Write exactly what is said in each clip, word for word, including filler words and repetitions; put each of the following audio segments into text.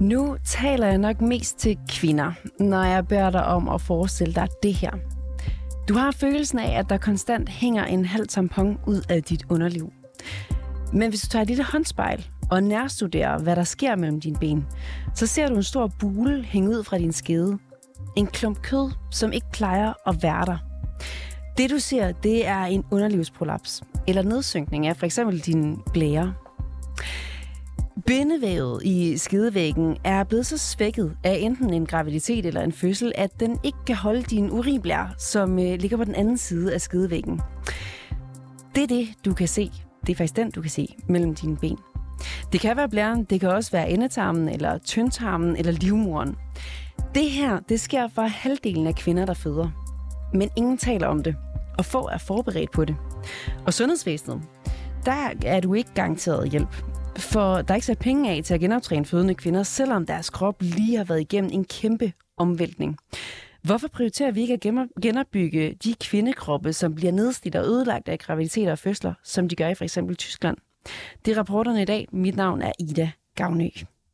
Nu taler jeg nok mest til kvinder, når jeg beder dig om at forestille dig det her. Du har følelsen af, at der konstant hænger en halv tampon ud af dit underliv. Men hvis du tager et lille håndspejl og nærstuderer, hvad der sker mellem dine ben, så ser du en stor bule hænge ud fra din skede. En klump kød, som ikke plejer at være der. Det du ser, det er en underlivsprolaps, eller nedsynkning af for eksempel din blære. Bindevævet i skedevæggen er blevet så svækket af enten en graviditet eller en fødsel, at den ikke kan holde din urinblær, som øh, ligger på den anden side af skedevæggen. Det er det, du kan se. Det er faktisk den, du kan se mellem dine ben. Det kan være blæren, det kan også være endetarmen, eller tyndtarmen, eller livmoderen. Det her, det sker for halvdelen af kvinder, der føder. Men ingen taler om det, og få er forberedt på det. Og sundhedsvæsenet, der er du ikke garanteret hjælp. For der er ikke sat penge af til at genoptræne fødende kvinder, selvom deres krop lige har været igennem en kæmpe omvæltning. Hvorfor prioriterer vi ikke at genopbygge de kvindekroppe, som bliver nedslidt og ødelagt af graviditeter og fødsler, som de gør i for eksempel Tyskland? Det er rapporterne i dag. Mit navn er Ida Gavnø.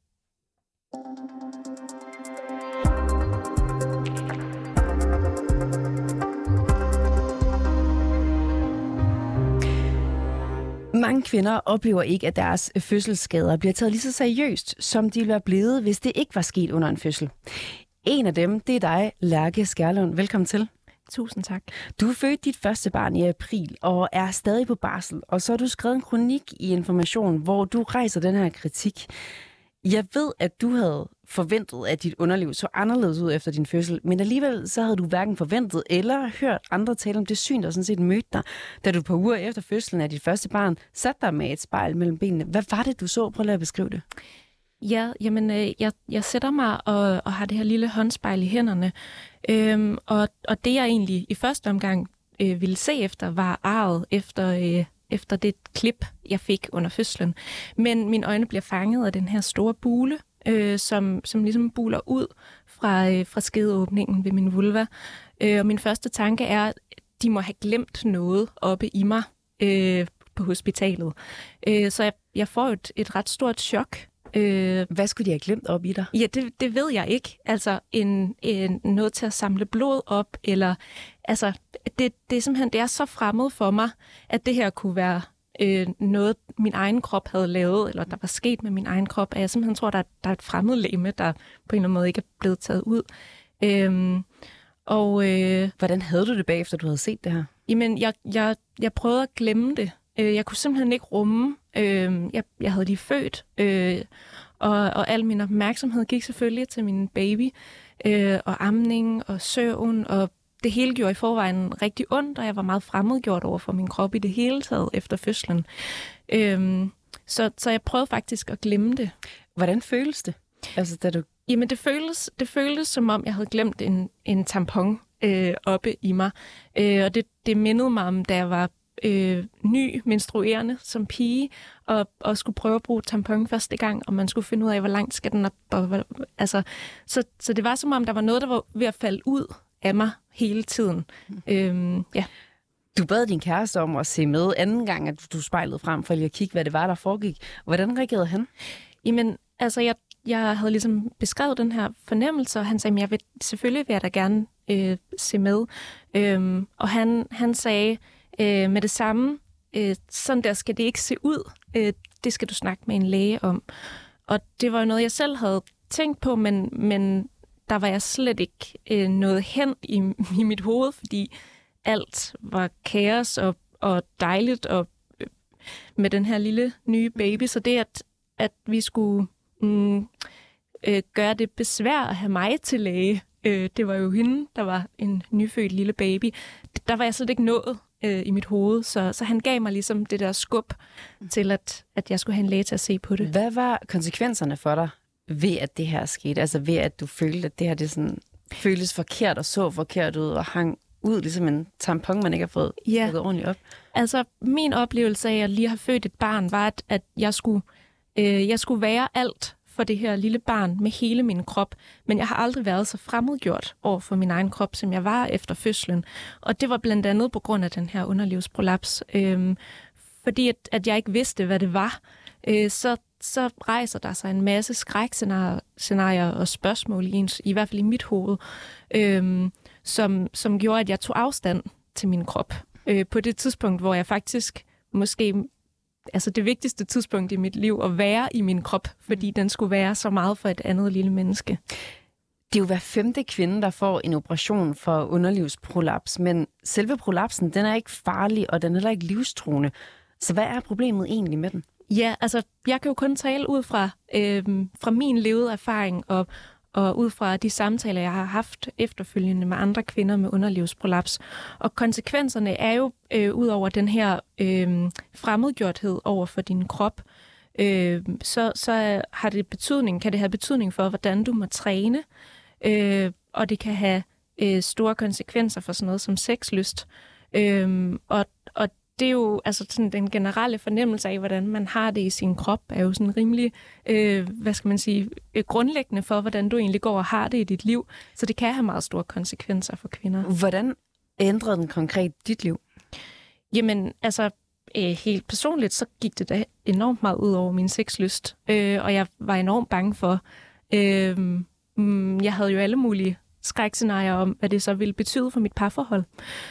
Mange kvinder oplever ikke, at deres fødselsskader bliver taget lige så seriøst, som de ville være blevet, hvis det ikke var sket under en fødsel. En af dem, det er dig, Lærke Skærlund. Velkommen til. Tusind tak. Du fødte dit første barn i april og er stadig på barsel, og så har du skrevet en kronik i Information, hvor du rejser den her kritik. Jeg ved, at du havde forventet, at dit underliv så anderledes ud efter din fødsel, men alligevel så havde du hverken forventet eller hørt andre tale om det syn, der sådan set mødte dig, da du på uger efter fødslen af dit første barn satte dig med et spejl mellem benene. Hvad var det, du så? Prøv at beskrive det. Ja, jamen, øh, jeg, jeg sætter mig og, og har det her lille håndspejl i hænderne, øhm, og, og det jeg egentlig i første omgang øh, ville se efter, var arret efter... Øh, efter det klip, jeg fik under fødslen. Men mine øjne bliver fanget af den her store bule, øh, som, som ligesom buler ud fra, øh, fra skedeåbningen ved min vulva. Øh, og min første tanke er, at de må have glemt noget oppe i mig øh, på hospitalet. Øh, så jeg, jeg får et, et ret stort chok. Øh, Hvad skulle de have glemt op i dig? Ja, det, det ved jeg ikke. Altså en, en, noget til at samle blod op, eller altså det, det er simpelthen det er så fremmed for mig, at det her kunne være øh, noget, min egen krop havde lavet, eller der var sket med min egen krop, at jeg simpelthen tror, der, der er et fremmed legeme, der på en eller anden måde ikke er blevet taget ud. Øhm, og øh, hvordan havde du det bagefter, du havde set det her? Jamen, jeg, jeg, jeg prøvede at glemme det. Jeg kunne simpelthen ikke rumme. Jeg, jeg havde lige født, og, og al min opmærksomhed gik selvfølgelig til min baby, og amning og søvn, og det hele gjorde i forvejen rigtig ondt, og jeg var meget fremmedgjort over for min krop i det hele taget efter fødslen. Så, så jeg prøvede faktisk at glemme det. Hvordan føles det? Altså, da du... Jamen, det føltes, det føltes som om, jeg havde glemt en, en tampon øh, oppe i mig, og det, det mindede mig om, da jeg var Øh, ny menstruerende som pige, og, og skulle prøve at bruge tampon første gang, og man skulle finde ud af, hvor langt skal den op. Og, altså, så, så det var som om, der var noget, der var ved at falde ud af mig hele tiden. Mm. Øhm, ja. Du bad din kæreste om at se med anden gang, at du spejlede frem for lige at kigge, hvad det var, der foregik. Hvordan reagerede han? Jamen, altså, jeg, jeg havde ligesom beskrevet den her fornemmelse, og han sagde, at jeg vil, selvfølgelig vil jeg da gerne øh, se med. Øhm, og han, han sagde, Øh, med det samme, øh, sådan der skal det ikke se ud. Øh, det skal du snakke med en læge om. Og det var jo noget, jeg selv havde tænkt på, men, men der var jeg slet ikke øh, nået hen i, i mit hoved, fordi alt var kaos og, og dejligt og, øh, med den her lille nye baby. Så det, at, at vi skulle mm, øh, gøre det besvær at have mig til læge, øh, det var jo hende, der var en nyfødt lille baby. Der var jeg slet ikke nået i mit hoved, så, så han gav mig ligesom det der skub til, at, at jeg skulle have en læge til at se på det. Hvad var konsekvenserne for dig ved, at det her skete? Altså ved, at du følte, at det her det sådan, føltes forkert og så forkert ud og hang ud, ligesom en tampon, man ikke har fået ja. ordentligt op? Altså min oplevelse af at lige have født et barn, var, at, at jeg, skulle, øh, jeg skulle være alt for det her lille barn med hele min krop, men jeg har aldrig været så fremmedgjort over for min egen krop, som jeg var efter fødslen. Og det var blandt andet på grund af den her underlivsprolaps. Øhm, fordi at, at jeg ikke vidste, hvad det var, øh, så, så rejser der sig en masse skrækscenarier og spørgsmål i, ens, i hvert fald i mit hoved, øhm, som, som gjorde, at jeg tog afstand til min krop. Øh, på det tidspunkt, hvor jeg faktisk måske... Altså det vigtigste tidspunkt i mit liv at være i min krop, fordi den skulle være så meget for et andet lille menneske. Det er jo hver femte kvinde, der får en operation for underlivsprolaps, men selve prolapsen, den er ikke farlig, og den er heller ikke livstruende. Så hvad er problemet egentlig med den? Ja, altså jeg kan jo kun tale ud fra, øh, fra min levede erfaring, og, og ud fra de samtaler, jeg har haft efterfølgende med andre kvinder med underlivsprolaps. Og konsekvenserne er jo, øh, ud over den her øh, fremmedgjorthed over for din krop, øh, så, så har det betydning, kan det have betydning for, hvordan du må træne, øh, og det kan have øh, store konsekvenser for sådan noget som sexlyst. Øh, og, og det er jo, altså sådan den generelle fornemmelse af, hvordan man har det i sin krop, er jo sådan rimelig, øh, hvad skal man sige, øh, grundlæggende for, hvordan du egentlig går og har det i dit liv. Så det kan have meget store konsekvenser for kvinder. Hvordan ændrede den konkret dit liv? Jamen, altså øh, helt personligt, så gik det da enormt meget ud over min sexlyst. Øh, og jeg var enormt bange for, øh, mm, jeg havde jo alle mulige skrækscenarier om, hvad det så ville betyde for mit parforhold.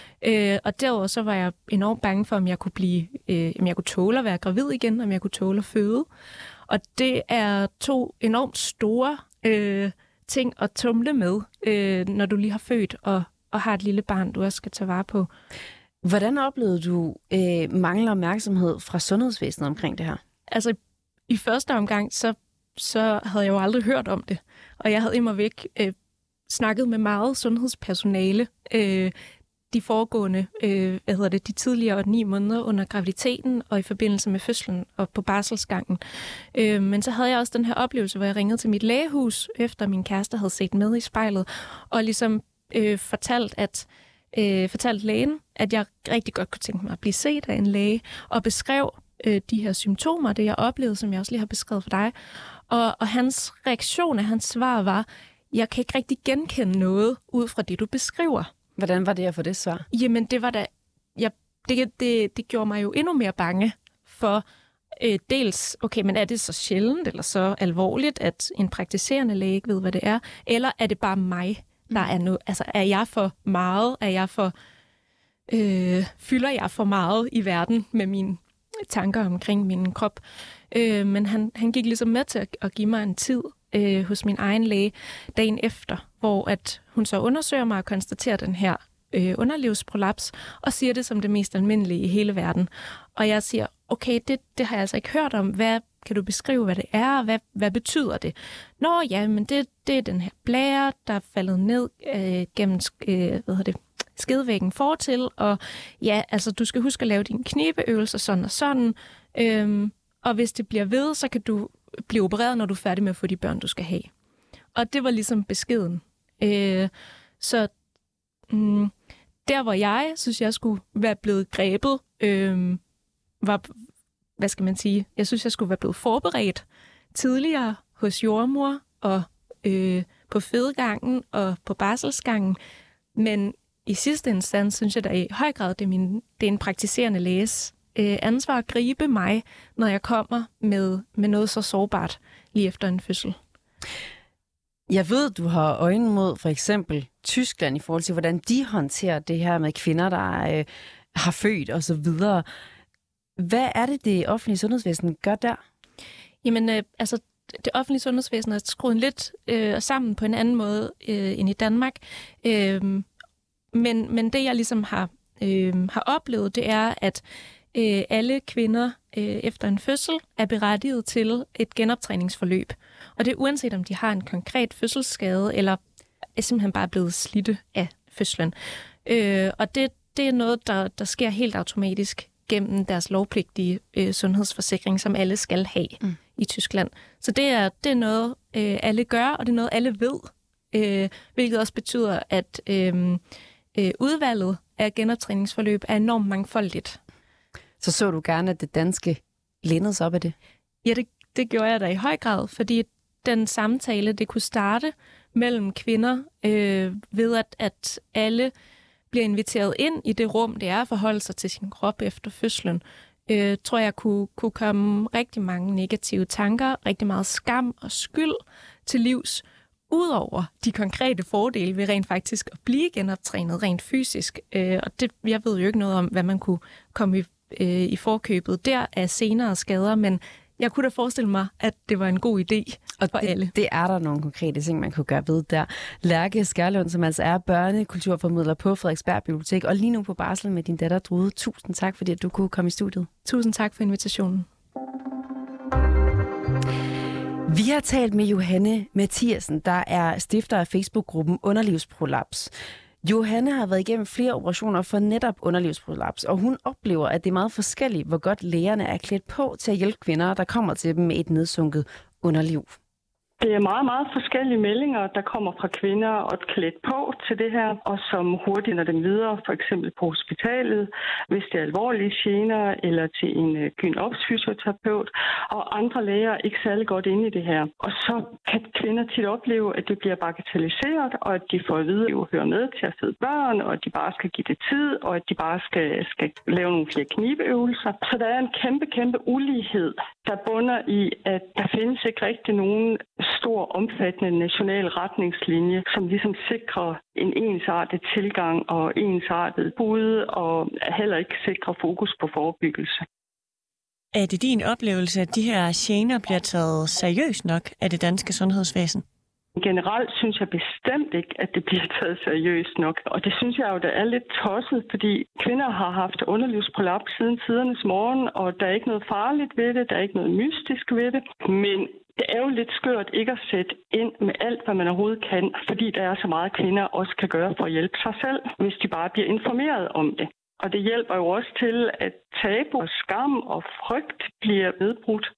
Øh, og derudover så var jeg enormt bange for, om jeg kunne blive, øh, om jeg kunne tåle at være gravid igen, om jeg kunne tåle at føde. Og det er to enormt store øh, ting at tumle med, øh, når du lige har født og, og har et lille barn, du også skal tage vare på. Hvordan oplevede du øh, manglende opmærksomhed fra sundhedsvæsenet omkring det her? Altså i første omgang, så, så havde jeg jo aldrig hørt om det. Og jeg havde immer væk øh, snakket med meget sundhedspersonale, øh, de foregående, øh, hvad hedder det, de tidligere ni måneder under graviditeten og i forbindelse med fødslen og på barselsgangen. Øh, men så havde jeg også den her oplevelse, hvor jeg ringede til mit lægehus, efter min kæreste havde set med i spejlet, og ligesom øh, fortalt, at, øh, fortalt lægen, at jeg rigtig godt kunne tænke mig at blive set af en læge, og beskrev øh, de her symptomer, det jeg oplevede, som jeg også lige har beskrevet for dig. Og, og hans reaktion af hans svar var, jeg kan ikke rigtig genkende noget ud fra det, du beskriver. Hvordan var det at få det svar? Jamen, det var da... Ja, det, det, det gjorde mig jo endnu mere bange for øh, dels, okay, men er det så sjældent eller så alvorligt, at en praktiserende læge ikke ved, hvad det er? Eller er det bare mig, der er noget? Altså, er jeg for meget? Er jeg for... Øh, fylder jeg for meget i verden med mine tanker omkring min krop? Øh, men han, han gik ligesom med til at, at give mig en tid øh, hos min egen læge dagen efter, hvor at hun så undersøger mig og konstaterer den her øh, underlivsprolaps, og siger det som det mest almindelige i hele verden. Og jeg siger, okay, det, det har jeg altså ikke hørt om. Hvad kan du beskrive, hvad det er? Hvad, hvad betyder det? Nå ja, men det, det er den her blære, der er faldet ned øh, gennem øh, hvad hedder det, skedvæggen fortil, og ja, altså du skal huske at lave dine knibeøvelser sådan og sådan, øhm, og hvis det bliver ved, så kan du blive opereret, når du er færdig med at få de børn, du skal have. Og det var ligesom beskeden. Øh, så mm, der, hvor jeg synes, jeg skulle være blevet grebet, øh, var, hvad skal man sige, jeg synes, jeg skulle være blevet forberedt tidligere hos jordmor og øh, på fødegangen og på barselsgangen, men i sidste instans synes jeg da i høj grad, det er, min, det er en praktiserende læges øh, ansvar at gribe mig, når jeg kommer med, med noget så sårbart lige efter en fødsel. Jeg ved, du har øjne mod for eksempel Tyskland i forhold til, hvordan de håndterer det her med kvinder, der øh, har født og så videre. Hvad er det, det offentlige sundhedsvæsen gør der? Jamen, øh, altså det offentlige sundhedsvæsen er skruet lidt øh, sammen på en anden måde øh, end i Danmark. Øh, men, men det, jeg ligesom har, øh, har oplevet, det er, at øh, alle kvinder øh, efter en fødsel er berettiget til et genoptræningsforløb. Og det er uanset, om de har en konkret fødselsskade, eller er simpelthen bare blevet slidte af fødslen. Øh, og det, det er noget, der, der sker helt automatisk gennem deres lovpligtige øh, sundhedsforsikring, som alle skal have mm. i Tyskland. Så det er, det er noget, øh, alle gør, og det er noget, alle ved. Øh, hvilket også betyder, at øh, øh, udvalget af genoptræningsforløb er enormt mangfoldigt. Så så du gerne, at det danske lænede sig op af det? Ja, det, det gjorde jeg da i høj grad, fordi den samtale, det kunne starte mellem kvinder øh, ved, at, at alle bliver inviteret ind i det rum, det er at forholde sig til sin krop efter fødslen. øh, tror jeg kunne, kunne komme rigtig mange negative tanker, rigtig meget skam og skyld til livs, udover de konkrete fordele ved rent faktisk at blive genoptrænet rent fysisk. Øh, og det, jeg ved jo ikke noget om, hvad man kunne komme i, øh, i forkøbet der af senere skader, men jeg kunne da forestille mig, at det var en god idé og for det, alle. det er der nogle konkrete ting, man kunne gøre ved der. Lærke Skærlund, som altså er børnekulturformidler på Frederiksberg Bibliotek, og lige nu på barsel med din datter Drude. Tusind tak, fordi at du kunne komme i studiet. Tusind tak for invitationen. Vi har talt med Johanne Mathiasen, der er stifter af Facebook-gruppen Underlivsprolaps. Johanne har været igennem flere operationer for netop underlivsprolaps, og hun oplever, at det er meget forskelligt, hvor godt lægerne er klædt på til at hjælpe kvinder, der kommer til dem med et nedsunket underliv. Det er meget, meget forskellige meldinger, der kommer fra kvinder og klædt på til det her, og som hurtigt når dem videre, for eksempel på hospitalet, hvis det er alvorlige gener, eller til en gyn-ops-fysioterapeut, og andre læger er ikke særlig godt inde i det her. Og så kan kvinder tit opleve, at det bliver bagatelliseret, og at de får at vide, at de hører med til at føde børn, og at de bare skal give det tid, og at de bare skal, skal lave nogle flere knibeøvelser. Så der er en kæmpe, kæmpe ulighed, der bunder i, at der findes ikke rigtig nogen stor, omfattende national retningslinje, som ligesom sikrer en ensartet tilgang og ensartet bud, og heller ikke sikrer fokus på forebyggelse. Er det din oplevelse, at de her gener bliver taget seriøst nok af det danske sundhedsvæsen? Generelt synes jeg bestemt ikke, at det bliver taget seriøst nok. Og det synes jeg jo, der er lidt tosset, fordi kvinder har haft underlivsprolaps siden tidernes morgen, og der er ikke noget farligt ved det, der er ikke noget mystisk ved det. Men det er jo lidt skørt ikke at sætte ind med alt, hvad man overhovedet kan, fordi der er så meget, kvinder også kan gøre for at hjælpe sig selv, hvis de bare bliver informeret om det. Og det hjælper jo også til, at tabu og skam og frygt bliver nedbrudt.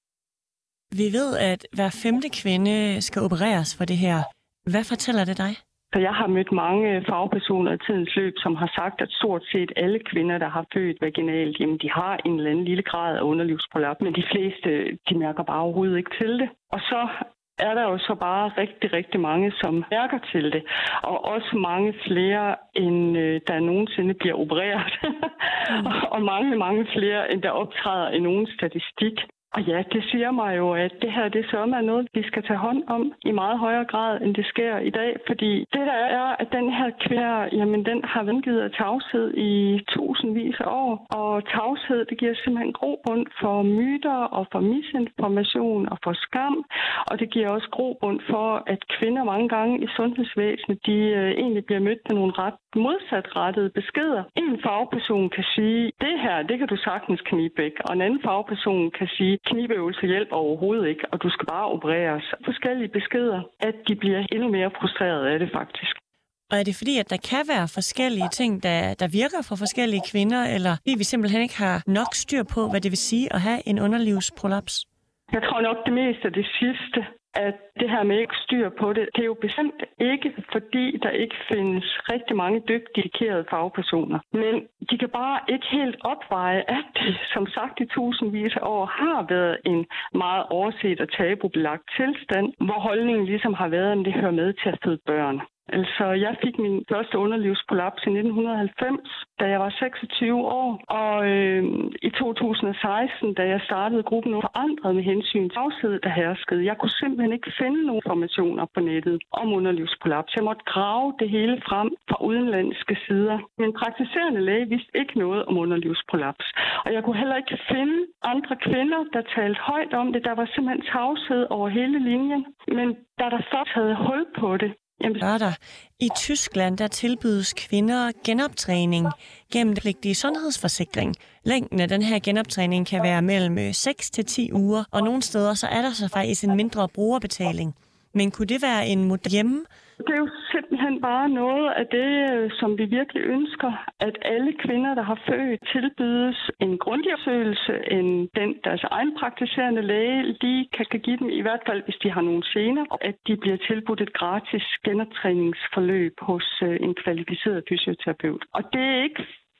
Vi ved, at hver femte kvinde skal opereres for det her. Hvad fortæller det dig? Så jeg har mødt mange fagpersoner i tidens løb, som har sagt, at stort set alle kvinder, der har født vaginalt, jamen, de har en eller anden lille grad af underlivsprolaps, men de fleste, de mærker bare overhovedet ikke til det. Og så er der jo så bare rigtig, rigtig mange, som mærker til det. Og også mange flere, end øh, der nogensinde bliver opereret. mm. Og mange, mange flere, end der optræder i nogen statistik. Og ja, det siger mig jo, at det her, det sørme er noget, vi skal tage hånd om i meget højere grad, end det sker i dag. Fordi det der er, at den her kvinde, jamen den har vengivet af tavshed i tusindvis af år. Og tavshed, det giver simpelthen grobund for myter og for misinformation og for skam. Og det giver også grobund for, at kvinder mange gange i sundhedsvæsenet, de øh, egentlig bliver mødt med nogle ret modsatrettede beskeder. En fagperson kan sige, det her, det kan du sagtens knibe væk. Og en anden fagperson kan sige, knibeøvelse hjælper overhovedet ikke, og du skal bare opereres. Forskellige beskeder, at de bliver endnu mere frustrerede af det faktisk. Og er det fordi, at der kan være forskellige ting, der, der virker for forskellige kvinder, eller fordi vi simpelthen ikke har nok styr på, hvad det vil sige at have en underlivsprolaps? Jeg tror nok det meste af det sidste, at det her med ikke styr på det, det er jo bestemt ikke, fordi der ikke findes rigtig mange dygtige, dedikerede fagpersoner. Men de kan bare ikke helt opveje, at det, som sagt i tusindvis af år, har været en meget overset og tabubelagt tilstand, hvor holdningen ligesom har været, at det hører med til at føde børn. Altså, jeg fik min første underlivsprolaps i nitten halvfems, da jeg var seksogtyve år. Og øh, i to tusind og seksten, da jeg startede gruppen, var forandret med hensyn til tavshed, der herskede. Jeg kunne simpelthen ikke finde nogen informationer på nettet om underlivsprolaps. Jeg måtte grave det hele frem fra udenlandske sider. Min praktiserende læge vidste ikke noget om underlivsprolaps. Og jeg kunne heller ikke finde andre kvinder, der talte højt om det. Der var simpelthen tavshed over hele linjen. Men da der så havde hul på det, Der. I Tyskland der tilbydes kvinder genoptræning gennem den pligtige sundhedsforsikring. Længden af den her genoptræning kan være mellem seks til ti uger, og nogle steder så er der så faktisk en mindre brugerbetaling. Men kunne det være en model hjemme? Det er jo simpelthen bare noget af det, som vi virkelig ønsker, at alle kvinder, der har født, tilbydes en grundig opsøgelse, end den deres egen praktiserende læge, de kan, kan give dem, i hvert fald hvis de har nogle gener, og at de bliver tilbudt et gratis genoptræningsforløb hos en kvalificeret fysioterapeut. Og det er ikke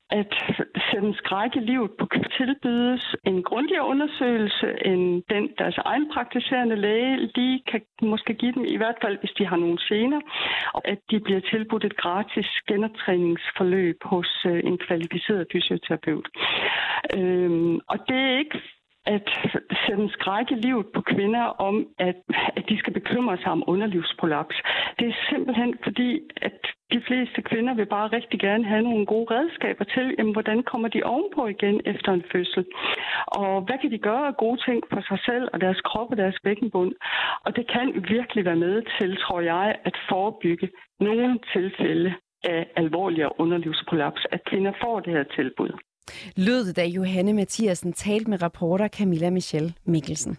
at sætte skræk i livet på kvinder, tilbydes en grundigere undersøgelse end den, deres egen praktiserende læge lige kan måske give dem, i hvert fald hvis de har nogle gener, og at de bliver tilbudt et gratis genoptræningsforløb hos en kvalificeret fysioterapeut. Øhm, og det er ikke at sætte en skræk i livet på kvinder om, at, at de skal bekymre sig om underlivsprolaps. Det er simpelthen fordi, at de fleste kvinder vil bare rigtig gerne have nogle gode redskaber til, jamen, hvordan kommer de ovenpå igen efter en fødsel. Og hvad kan de gøre af gode ting for sig selv og deres krop og deres bækkenbund. Og det kan virkelig være med til, tror jeg, at forebygge nogle tilfælde af alvorligere underlivsprolaps, at kvinder får det her tilbud. Lød det, da Johanne Mathiasen talte med reporter Camilla Michelle Mikkelsen.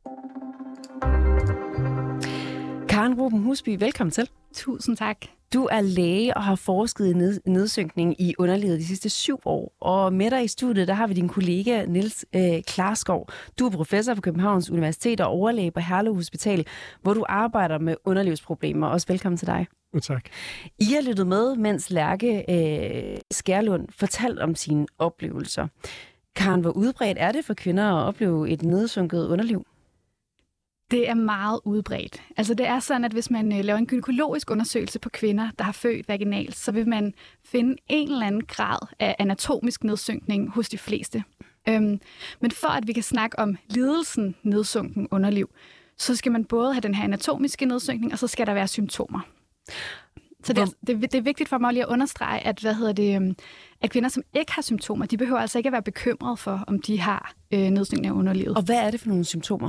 Karen Ruben Husby, velkommen til. Tusind tak. Du er læge og har forsket i ned- nedsynkning i underlivet de sidste syv år. Og med dig i studiet, der har vi din kollega Niels øh, Klarskov. Du er professor på Københavns Universitet og overlæge på Herlev Hospital, hvor du arbejder med underlivsproblemer. Også velkommen til dig. Oh, tak. I har lyttet med, mens Lærke øh, Skærlund fortalte om sine oplevelser. Karen, hvor udbredt er det for kvinder at opleve et nedsunket underliv? Det er meget udbredt. Altså det er sådan, at hvis man øh, laver en gynækologisk undersøgelse på kvinder, der har født vaginalt, så vil man finde en eller anden grad af anatomisk nedsynkning hos de fleste. Øhm, men for at vi kan snakke om lidelsen nedsunken underliv, så skal man både have den her anatomiske nedsynkning, og så skal der være symptomer. Så det er, det, det er vigtigt for mig lige at understrege, at, hvad hedder det, at kvinder, som ikke har symptomer, de behøver altså ikke at være bekymrede for, om de har øh, nedsynkning af underlivet. Og hvad er det for nogle symptomer?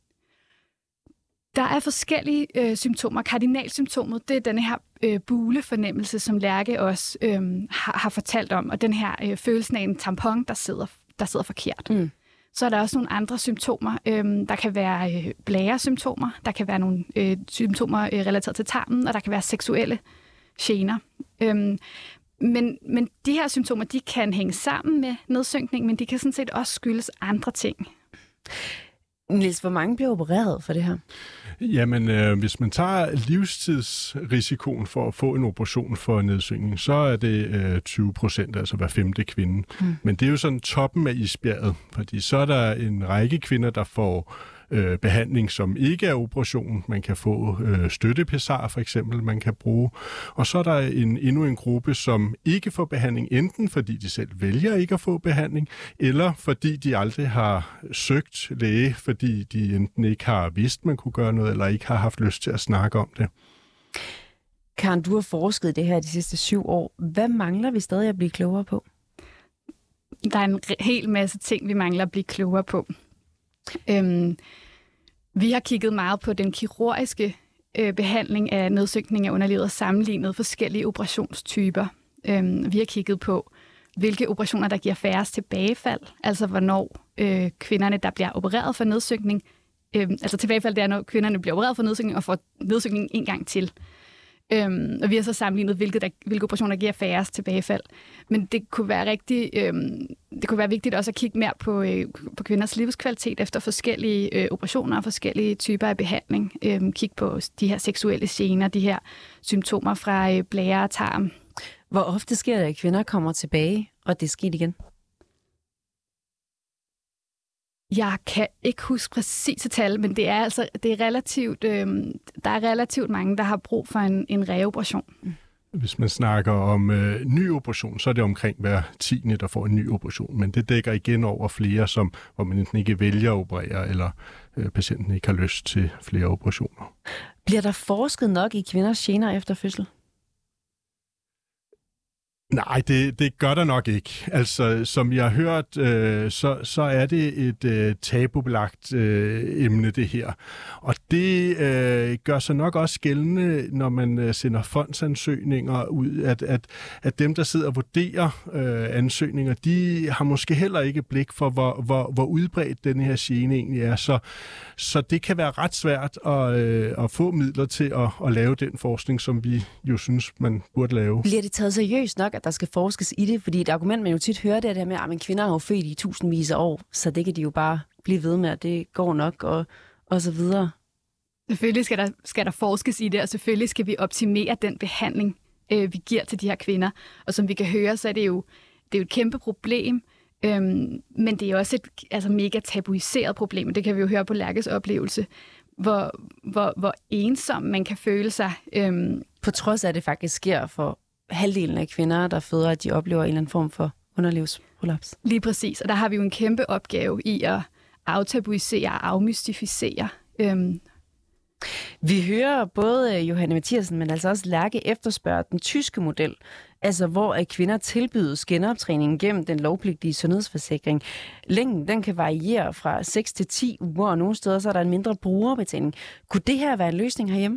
Der er forskellige øh, symptomer. Kardinalsymptomet, det er den her øh, bulefornemmelse, som Lærke også øh, har, har fortalt om, og den her øh, følelsen af en tampon, der sidder, der sidder forkert. Mm. Så er der også nogle andre symptomer. Øhm, der kan være øh, blæresymptomer, der kan være nogle øh, symptomer øh, relateret til tarmen, og der kan være seksuelle gener. Øhm, men, men de her symptomer, de kan hænge sammen med nedsynkning, men de kan sådan set også skyldes andre ting. Niels, hvor mange bliver opereret for det her? Jamen, øh, hvis man tager livstidsrisikoen for at få en operation for nedsynkning, så er det øh, tyve procent, altså hver femte kvinde. Mm. Men det er jo sådan toppen af isbjerget, fordi så er der en række kvinder, der får øh, behandling, som ikke er operation. Man kan få øh, støttepessar for eksempel, man kan bruge. Og så er der en, endnu en gruppe, som ikke får behandling, enten fordi de selv vælger ikke at få behandling, eller fordi de aldrig har søgt læge, fordi de enten ikke har vidst, man kunne gøre noget, eller ikke har haft lyst til at snakke om det. Karen, du har forsket i det her de sidste syv år. Hvad mangler vi stadig at blive klogere på? Der er en hel masse ting, vi mangler at blive klogere på. Øhm, vi har kigget meget på den kirurgiske øh, behandling af nedsynkning af underlivet og sammenlignet forskellige operationstyper. Øhm, vi har kigget på, hvilke operationer, der giver færrest tilbagefald, altså hvornår øh, kvinderne, der bliver opereret for nedsynkning, øh, altså tilbagefald, det er, når kvinderne bliver opereret for nedsynkning og får nedsynkning en gang til. Øhm, og vi har så sammenlignet, hvilke, der, hvilke operationer giver færrest tilbagefald. Men det kunne være rigtig, øhm, det kunne være vigtigt også at kigge mere på, øh, på kvinders livskvalitet efter forskellige øh, operationer og forskellige typer af behandling. Øhm, kig på de her seksuelle gener, de her symptomer fra øh, blære og tarm. Hvor ofte sker det, at kvinder kommer tilbage, og det er sket igen? Jeg kan ikke huske præcise tal, men det er altså det er relativt, øh, der er relativt mange, der har brug for en, en reoperation. Hvis man snakker om øh, ny operation, så er det omkring hver tiende, der får en ny operation. Men det dækker igen over flere, som, hvor man enten ikke vælger at operere, eller øh, patienten ikke har lyst til flere operationer. Bliver der forsket nok i kvinders gener efter fødsel? Nej, det, det gør der nok ikke. Altså, som jeg har hørt, øh, så, så er det et øh, tabubelagt øh, emne, det her. Og det øh, gør sig nok også gældende, når man øh, sender fondsansøgninger ud, at, at, at dem, der sidder og vurderer øh, ansøgninger, de har måske heller ikke blik for, hvor, hvor, hvor udbredt den her gene egentlig er. Så, så det kan være ret svært at, øh, at få midler til at, at lave den forskning, som vi jo synes, man burde lave. Bliver det taget seriøst nok, at der skal forskes i det? Fordi et argument, man jo tit hører, det er det her med, at kvinder er jo født i tusindvis af år, så det kan de jo bare blive ved med, at det går nok, og, og så videre. Selvfølgelig skal der, skal der forskes i det, og selvfølgelig skal vi optimere den behandling, øh, vi giver til de her kvinder. Og som vi kan høre, så er det jo det er jo et kæmpe problem, øhm, men det er også et altså, mega tabuiseret problem, og det kan vi jo høre på Lærkes oplevelse, hvor, hvor, hvor ensom man kan føle sig. Øhm. På trods af, at det faktisk sker for halvdelen af kvinder, der føder, at de oplever en eller anden form for underlivsprolaps. Lige præcis, og der har vi jo en kæmpe opgave i at aftabuisere og afmystificere. Øhm. Vi hører både Johanne Mathiasen, men altså også Lærke efterspørge den tyske model, altså hvor kvinder tilbydes genoptræning gennem den lovpligtige sundhedsforsikring. Længden den kan variere fra seks til ti uger, og nogle steder så er der en mindre brugerbetaling. Kunne det her være en løsning herhjemme?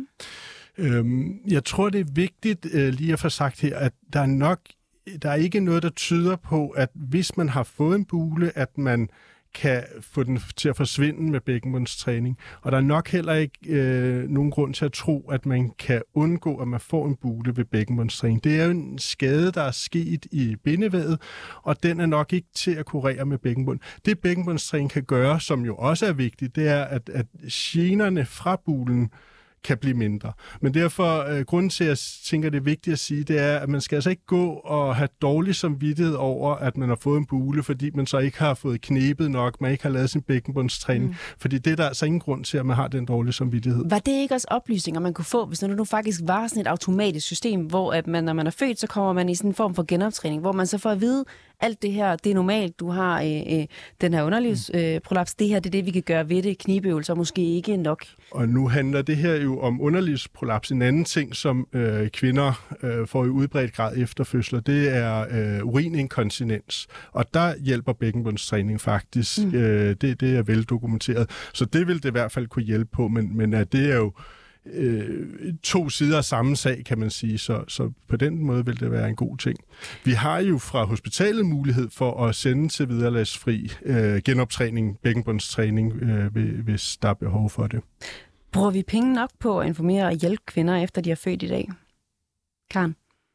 Øhm, jeg tror, det er vigtigt øh, lige at få sagt her, at der er nok der er ikke noget, der tyder på, at hvis man har fået en bule, at man kan få den til at forsvinde med bækkenbundstræning. Og der er nok heller ikke øh, nogen grund til at tro, at man kan undgå, at man får en bule ved bækkenbundstræning. Det er jo en skade, der er sket i bindevævet, og den er nok ikke til at kurere med bækkenbund. Det bækkenbundstræning kan gøre, som jo også er vigtigt, det er, at, at generne fra bulen kan blive mindre. Men derfor, øh, grunden til, at jeg tænker, det er vigtigt at sige, det er, at man skal altså ikke gå og have dårlig samvittighed over, at man har fået en bule, fordi man så ikke har fået knebet nok, man ikke har lavet sin bækkenbundstræning. Mm. Fordi det er der altså ingen grund til, at man har den dårlige samvittighed. Var det ikke også oplysninger, man kunne få, hvis nu faktisk var sådan et automatisk system, hvor at man, når man er født, så kommer man i sådan en form for genoptræning, hvor man så får at vide, alt det her, det er normalt, du har øh, øh, den her underlivsprolaps, øh, det her, det er det, vi kan gøre ved det, knibeøvelser måske ikke nok. Og nu handler det her jo om underlivsprolaps. En anden ting, som øh, kvinder øh, får i udbredt grad efter fødsler, det er øh, urininkontinens. Og der hjælper bækkenbundstræning faktisk. Mm. Øh, det, det er veldokumenteret. Så det vil det i hvert fald kunne hjælpe på, men, men øh, det er jo øh, to sider af samme sag, kan man sige. Så, så på den måde vil det være en god ting. Vi har jo fra hospitalet mulighed for at sende til vederlagsfri øh, genoptræning, bækkenbundstræning, øh, hvis der er behov for det. Bruger vi penge nok på at informere og hjælpe kvinder, efter de er født i dag? Karen?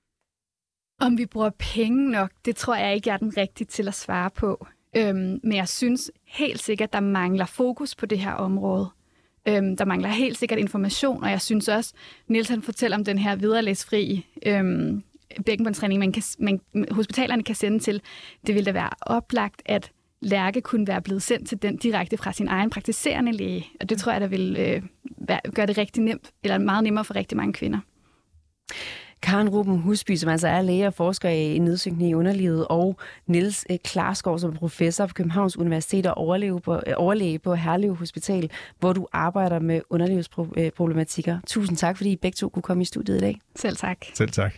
Om vi bruger penge nok, det tror jeg ikke, jeg er den rigtige til at svare på. Øhm, men jeg synes helt sikkert, der mangler fokus på det her område. Øhm, der mangler helt sikkert information, og jeg synes også, Niels han fortæller om den her vederlagsfri øhm, bækkenbundstræning, man kan, man, hospitalerne kan sende til. Det ville da være oplagt, at Lærke kunne være blevet sendt til den direkte fra sin egen praktiserende læge, og det tror jeg, der vil øh, gøre det rigtig nemt, eller meget nemmere for rigtig mange kvinder. Karen Ruben Husby, som altså er læge og forsker i nedsynkning i underlivet, og Niels Klarskov, som er professor på Københavns Universitet og overlæge på, overlæge på Herlev Hospital, hvor du arbejder med underlivsproblematikker. Tusind tak, fordi I begge to kunne komme i studiet i dag. Selv tak. Selv tak.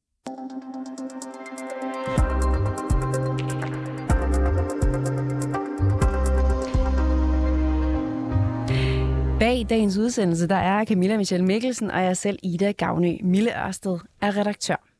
Bag dagens udsendelse, der er Camilla Michelle Mikkelsen og jeg selv, Ida Gavnø. Mille Ørsted er redaktør.